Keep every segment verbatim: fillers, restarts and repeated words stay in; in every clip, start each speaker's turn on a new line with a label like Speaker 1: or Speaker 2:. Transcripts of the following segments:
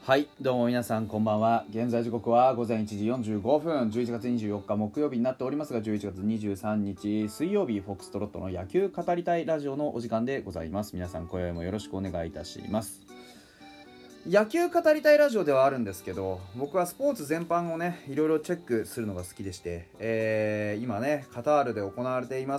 Speaker 1: はい、どうも皆さんこんばんは。現在時刻は午前いちじよんじゅうごふん、じゅういちがつにじゅうよっか木曜日になっておりますが、じゅういちがつにじゅうさんにち水曜日、フォックストロットの野球語りたいラジオのお時間でございます。皆さん今宵もよろしくお願いいたします。野球語りたいラジオではあるんですけど、僕はスポーツ全般をねいろいろチェックするのが好きでして、えー、今ねカタールで行われています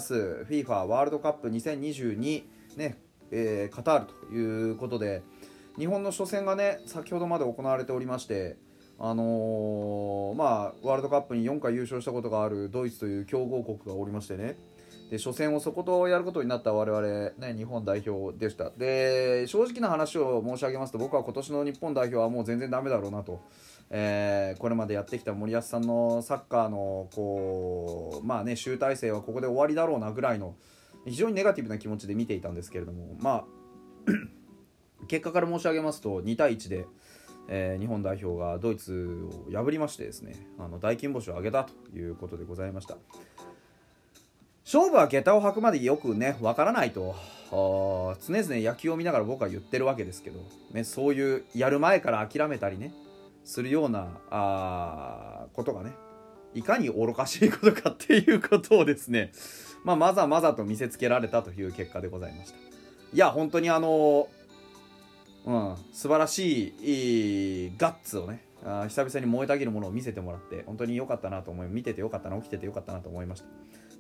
Speaker 1: フィファ ワールドカップにせんにじゅうにね、えー、カタールということで、日本の初戦がね先ほどまで行われておりまして、あのー、まあワールドカップによんかい優勝したことがあるドイツという強豪国がおりましてね、で初戦をそことやることになった我々、ね、日本代表でした。で正直な話を申し上げますと、僕は今年の日本代表はもう全然ダメだろうなと、えー、これまでやってきた森保さんのサッカーのこうまあね集大成はここで終わりだろうなぐらいの非常にネガティブな気持ちで見ていたんですけれども、まあ結果から申し上げますとにたいいちで、えー、日本代表がドイツを破りましてですね、あの大金星を挙げたということでございました。勝負は下駄を履くまでよくねわからないと常々野球を見ながら僕は言ってるわけですけど、ね、そういうやる前から諦めたりねするようなあことがねいかに愚かしいことかっていうことをですね、まあ、まざまざと見せつけられたという結果でございました。いや本当にあのうん、素晴らしい、いいガッツをねあ久々に燃えたぎるものを見せてもらって本当に良かったなと思い、見てて良かったな、起きてて良かったなと思いました。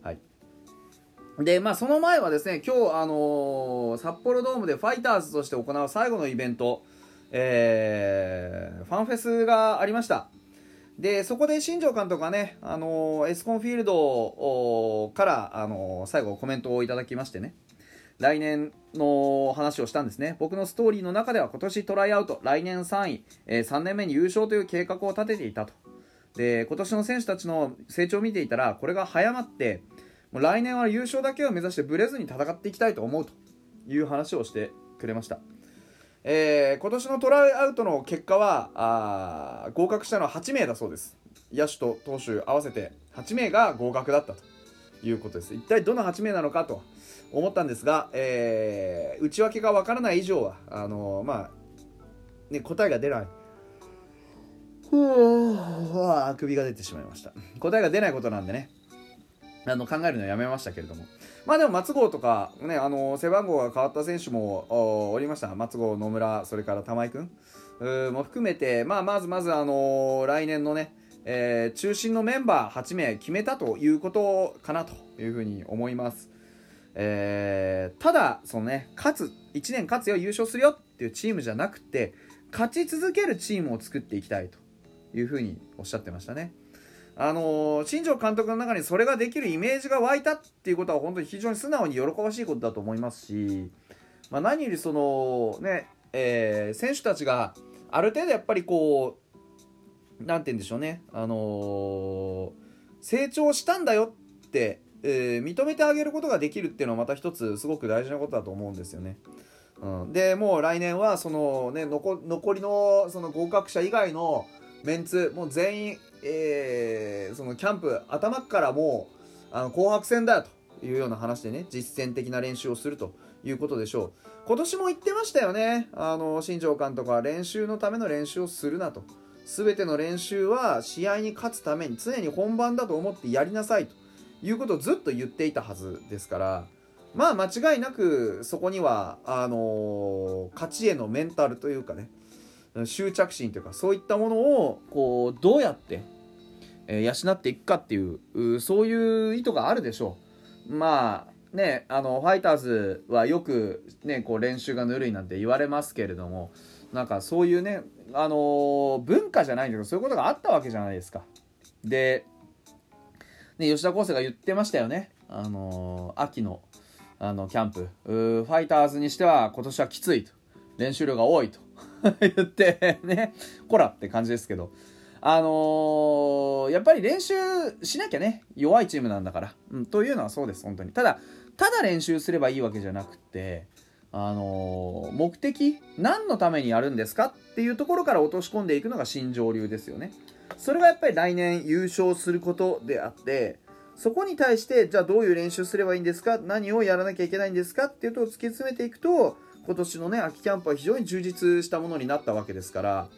Speaker 1: はい。でまあその前はですね、今日あのー、札幌ドームでファイターズとして行う最後のイベント、えー、ファンフェスがありました。でそこで新庄監督がね、あのー、エスコンフィールドから、あのー、最後コメントをいただきましてね、来年の話をしたんですね。僕のストーリーの中では今年トライアウト、来年さんい、えー、さんねんめに優勝という計画を立てていたと。で今年の選手たちの成長を見ていたらこれが早まって、もう来年は優勝だけを目指してブレずに戦っていきたいと思うという話をしてくれました。えー、今年のトライアウトの結果はあ合格したのははちめいだそうです。野手と投手合わせてはちめいが合格だったということです。一体どのはちめいなのかと思ったんですが、えー、内訳がわからない以上はあのー、まあね答えが出ない、ふぅ首が出てしまいました。答えが出ないことなんでね、あの考えるのやめましたけれども、まあでも松郷とかね、あの背番号が変わった選手もおりました。松郷、野村、それから玉井君も含めて、まあまずまずあのー、来年のね、えー、中心のメンバーはちめい決めたということかなというふうに思います。えー、ただそのね勝ついちねん勝つよ優勝するよっていうチームじゃなくて、勝ち続けるチームを作っていきたいというふうにおっしゃってましたね。あのー、新庄監督の中にそれができるイメージが湧いたっていうことは本当に非常に素直に喜ばしいことだと思いますし、まあ、何よりそのね、えー、選手たちがある程度やっぱりこうなんて言うんでしょうね、あのー、成長したんだよってえー、認めてあげることができるっていうのはまた一つすごく大事なことだと思うんですよね。うん、でもう来年はその、ね、残, 残りのその合格者以外のメンツもう全員、えー、そのキャンプ頭からもうあの紅白戦だよというような話でね実践的な練習をするということでしょう。今年も言ってましたよね、あの新庄監督は練習のための練習をするなと、全ての練習は試合に勝つために常に本番だと思ってやりなさいということをずっと言っていたはずですから、まあ間違いなくそこにはあのー、勝ちへのメンタルというかね、執着心というかそういったものをこうどうやって、えー、養っていくかっていうそういう意図があるでしょう。まあね、あのファイターズはよくねこう練習がぬるいなんて言われますけれども、なんかそういうね、あのー、文化じゃないんだけどそういうことがあったわけじゃないですか。でね、吉田康生が言ってましたよね、あのー、秋の、あのキャンプファイターズにしては今年はきついと、練習量が多いと言ってね、こらって感じですけど、あのー、やっぱり練習しなきゃね弱いチームなんだから、うん、というのはそうです本当に。ただただ練習すればいいわけじゃなくて、あのー、目的何のためにやるんですかっていうところから落とし込んでいくのが新庄流ですよね。それがやっぱり来年優勝することであって、そこに対してじゃあどういう練習すればいいんですか、何をやらなきゃいけないんですかっていうとを突き詰めていくと、今年のね秋キャンプは非常に充実したものになったわけですから、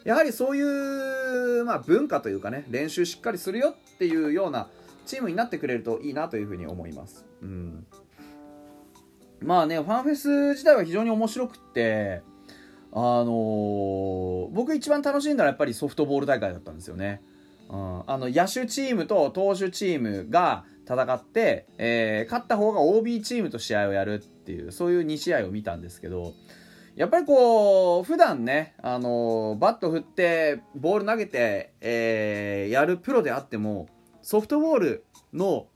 Speaker 1: やはりそういう、まあ、文化というかね、練習しっかりするよっていうようなチームになってくれるといいなというふうに思います。うん、まあね、ファンフェス自体は非常に面白くって、あのー、僕一番楽しんだのはやっぱりソフトボール大会だったんですよね。うん、あの野手チームと投手チームが戦って、えー、勝った方が オービー チームと試合をやるっていう、そういうに試合を見たんですけど、やっぱりこう普段ね、あのー、バット振ってボール投げて、えー、やるプロであっても、ソフトボールの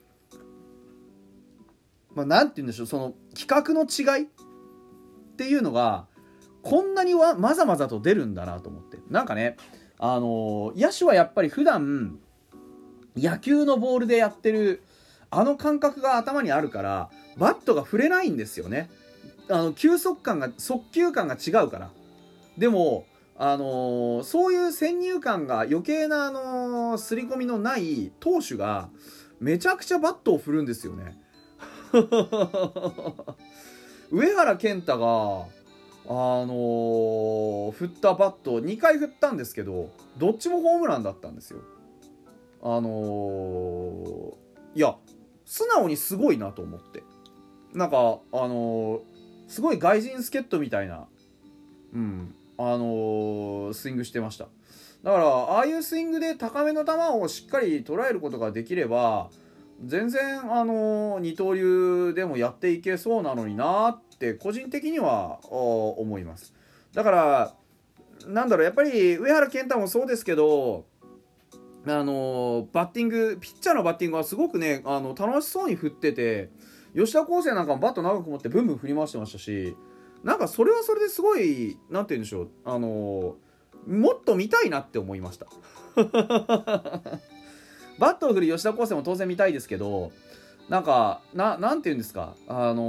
Speaker 1: まあ、なんて言うんでしょう、その規格の違いっていうのがこんなにわまざまざと出るんだなと思って、なんかね、あのー、野手はやっぱり普段野球のボールでやってるあの感覚が頭にあるからバットが振れないんですよね。あの球速感が速球感が違うから。でもあのー、そういう先入観が余計な、あのー、刷り込みのない投手がめちゃくちゃバットを振るんですよね。上原健太があのー、振ったバットにかい振ったんですけど、どっちもホームランだったんですよ。あのー、いや素直にすごいなと思って、なんかあのー、すごい外人助っ人みたいな、うんあのー、スイングしてました。だからああいうスイングで高めの球をしっかり捉えることができれば全然あの二刀流でもやっていけそうなのになって個人的には思います。だからなんだろう、やっぱり上原健太もそうですけど、あのバッティングピッチャーのバッティングはすごくね、あの楽しそうに振ってて、吉田輝星なんかもバット長く持ってブンブン振り回してましたし、なんかそれはそれですごいなんて言うんでしょう、あのもっと見たいなって思いました。バットを振る吉田輝星も当然見たいですけど、なんかななんて言うんですか、あの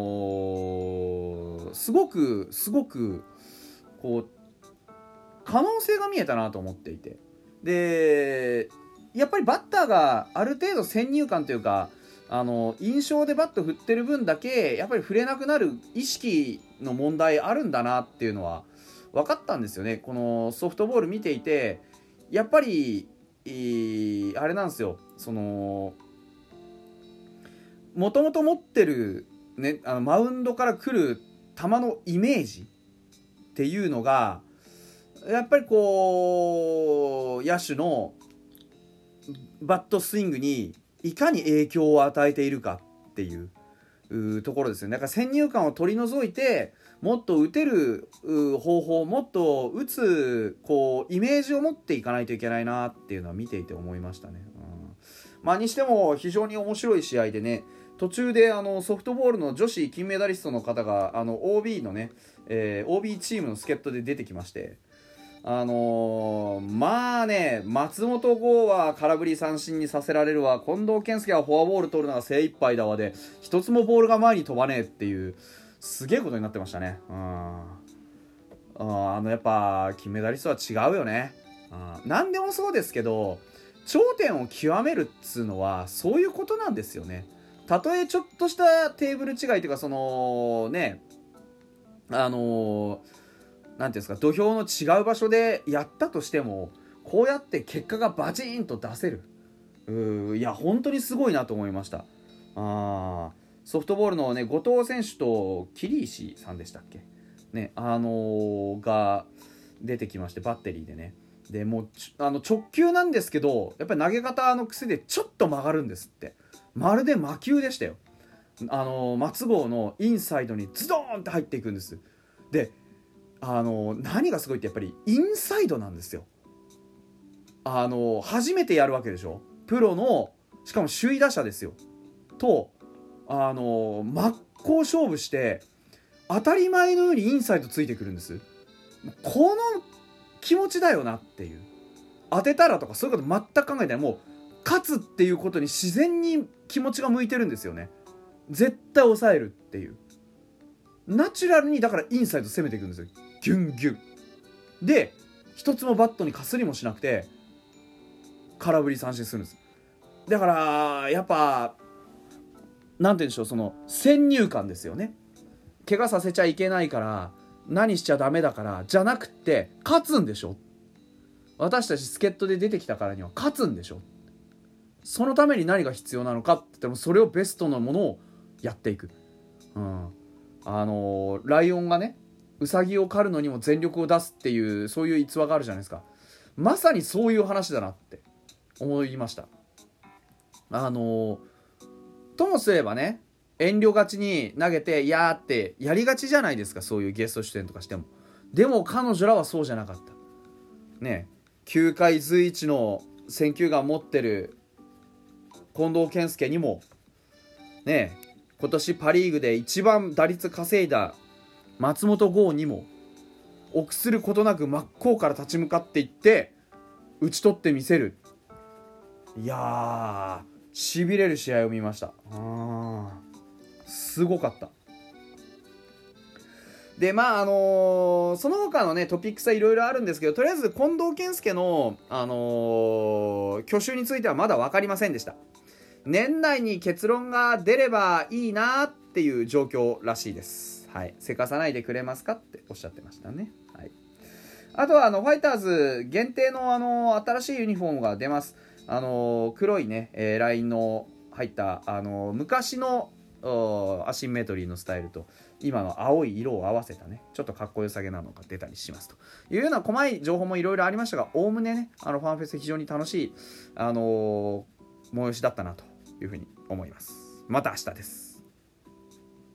Speaker 1: ー、すごくすごくこう可能性が見えたなと思っていて、でやっぱりバッターがある程度先入観というか、あの印象でバット振ってる分だけやっぱり振れなくなる意識の問題あるんだなっていうのは分かったんですよね。このソフトボール見ていてやっぱりあれなんですよ、そのもともと持ってる、ね、あのマウンドから来る球のイメージっていうのがやっぱりこう野手のバットスイングにいかに影響を与えているかっていうところですよね。だから先入観を取り除いてもっと打てる方法、もっと打つこうイメージを持っていかないといけないなっていうのは見ていて思いましたね。うん、まあにしても非常に面白い試合でね、途中であのソフトボールの女子金メダリストの方があの オービー のね、えー、オービー チームの助っ人で出てきまして、あのー、まあね、松本剛は空振り三振にさせられるわ、近藤健介はフォアボール取るのが精一杯だわで一つもボールが前に飛ばねえっていうすげえことになってましたね。うん、あのやっぱ金メダリストは違うよね。うん、何でもそうですけど頂点を極めるっつうのはそういうことなんですよね。たとえちょっとしたテーブル違いというか、そのね、あのーなんていうんですか、土俵の違う場所でやったとしてもこうやって結果がバチーンと出せる、ういや本当にすごいなと思いました。あソフトボールのね後藤選手と桐石さんでしたっけね、あのー、が出てきまして、バッテリーでね、でもうあの直球なんですけどやっぱり投げ方の癖でちょっと曲がるんですって。まるで魔球でしたよ。あのー、松郷のインサイドにズドーンって入っていくんです。であの何がすごいってやっぱりインサイドなんですよ。あの初めてやるわけでしょ、プロの、しかも首位打者ですよと、あの真っ向勝負して当たり前のようにインサイドついてくるんです。この気持ちだよなっていう、当てたらとかそういうこと全く考えてない、もう勝つっていうことに自然に気持ちが向いてるんですよね。絶対抑えるっていうナチュラルに、だからインサイド攻めていくんですよ、ギュンギュンで一つもバットにかすりもしなくて空振り三振するんです。だからやっぱなんて言うんでしょう、その先入観ですよね。怪我させちゃいけないから何しちゃダメだからじゃなくて、勝つんでしょ。私たち助っ人で出てきたからには勝つんでしょ。そのために何が必要なのかって言っても、それをベストなものをやっていく。うん、あのー、ライオンがねウサギを狩るのにも全力を出すっていう、そういう逸話があるじゃないですか。まさにそういう話だなって思いました。あのー、ともすればね、遠慮がちに投げていやーってやりがちじゃないですか、そういうゲスト出演とかしても。でも彼女らはそうじゃなかったね。球界随一の選球眼を持ってる近藤健介にもね、今年パリーグで一番打率稼いだ松本剛にも臆することなく真っ向から立ち向かっていって打ち取ってみせる。いやー、しびれる試合を見ました。あー、すごかった。でまああのー、その他のねトピックスはいろいろあるんですけど、とりあえず近藤健介の、あのー、去就についてはまだ分かりませんでした。年内に結論が出ればいいなっていう状況らしいです。はい、せかさないでくれますかっておっしゃってましたね。はい、あとはあのファイターズ限定の、あのー、新しいユニフォームが出ます。あのー、黒いね、えー、ラインの入った、あのー、昔のアシンメトリーのスタイルと今の青い色を合わせたね、ちょっとかっこよさげなのが出たりしますというような細い情報もいろいろありましたが、おおむねね、あのファンフェス非常に楽しい、あのー、催しだったなというふうに思います。また明日です。